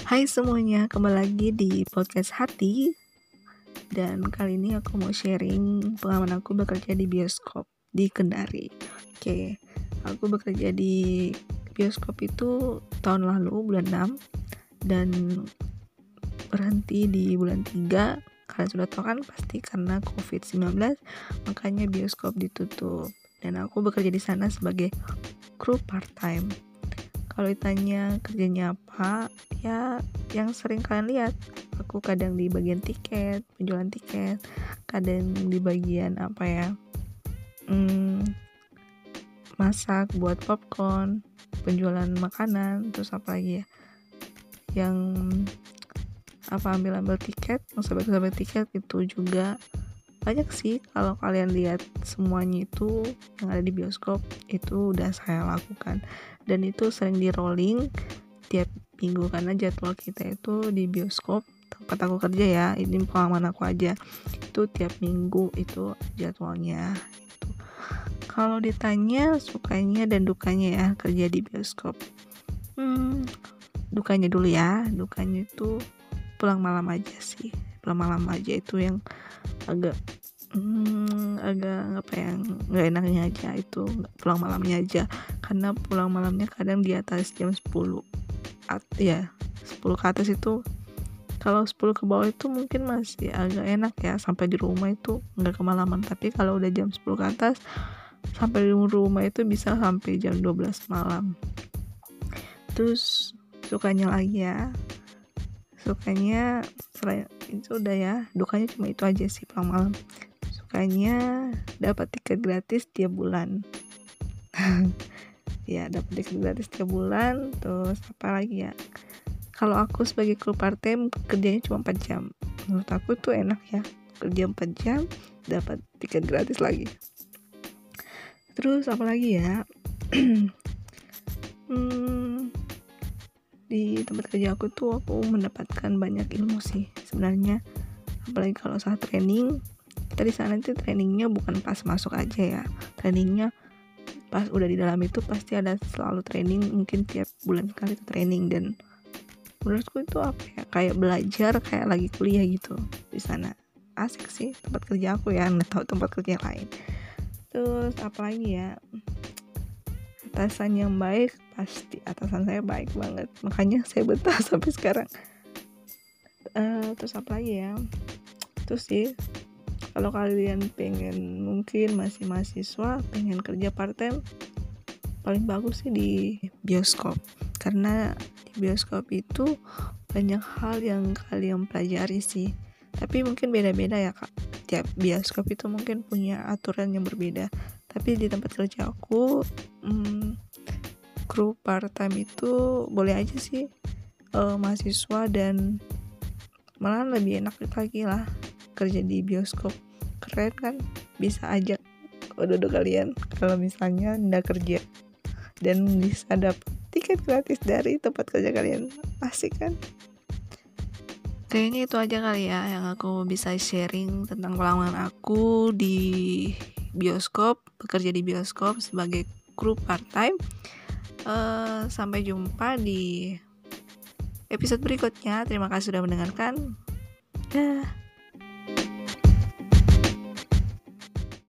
Hai semuanya, kembali lagi di podcast Hati. Dan kali ini aku mau sharing pengalaman aku bekerja di bioskop di Kendari. Oke, aku bekerja di bioskop itu tahun lalu bulan 6 dan berhenti di bulan 3. Kalian sudah tahu kan pasti karena COVID-19 makanya bioskop ditutup. Dan aku bekerja di sana sebagai kru part-time. Kalau ditanya kerjanya apa, ya yang sering kalian lihat, aku kadang di bagian tiket, penjualan tiket, kadang di bagian masak buat popcorn, penjualan makanan, terus apa lagi ya, yang ambil tiket, yang sahabat tiket itu juga banyak sih. Kalau kalian lihat semuanya itu yang ada di bioskop itu udah saya lakukan, dan itu sering di rolling tiap minggu karena jadwal kita itu di bioskop tempat aku kerja ya, ini pengalaman aku aja, itu tiap minggu itu jadwalnya itu. Kalau ditanya sukanya dan dukanya ya kerja di bioskop, dukanya dulu ya. Dukanya itu pulang malam aja itu yang agak nggak enaknya aja, itu pulang malamnya aja, karena pulang malamnya kadang di atas jam 10 10 ke atas itu. Kalau 10 ke bawah itu mungkin masih agak enak ya, sampai di rumah itu nggak kemalaman. Tapi kalau udah jam 10 ke atas sampai di rumah itu bisa sampai jam 12 malam. Terus sukanya lagi ya, sukanya selain itu udah ya, dukanya cuma itu aja sih pulang malam. Sukanya dapat tiket gratis tiap bulan. Ya, dapat tiket gratis tiap bulan. Terus apa lagi ya, kalau aku sebagai kru part time kerjanya cuma 4 jam. Menurut aku tuh enak ya, kerja 4 jam dapat tiket gratis lagi. Terus apa lagi ya, di tempat kerja aku tuh aku mendapatkan banyak ilmu sih sebenarnya. Apalagi kalau saat training, kita di sana itu trainingnya bukan pas masuk aja ya, trainingnya pas udah di dalam itu pasti ada selalu training, mungkin tiap bulan sekali itu training. Dan menurutku itu kayak belajar, kayak lagi kuliah gitu di sana. Asik sih tempat kerja aku ya, nggak tahu tempat kerja yang lain. Terus apa lagi ya, atasan yang baik, pasti atasan saya baik banget, makanya saya betah sampai sekarang. Terus apa lagi ya, terus sih kalau kalian pengen, mungkin masih mahasiswa pengen kerja part time, paling bagus sih di bioskop, karena di bioskop itu banyak hal yang kalian pelajari sih. Tapi mungkin beda-beda ya kak, tiap bioskop itu mungkin punya aturan yang berbeda. Tapi di tempat kerja aku, kru part time itu boleh aja sih mahasiswa, dan malah lebih enak lagi lah kerja di bioskop. Keren kan, bisa ajak duduk kalian kalau misalnya nggak kerja dan bisa dapat tiket gratis dari tempat kerja kalian. Asik kan? Kayaknya itu aja kali ya yang aku bisa sharing tentang pengalaman aku di bioskop, bekerja di bioskop sebagai kru part time. Sampai jumpa di episode berikutnya. Terima kasih sudah mendengarkan. Dah.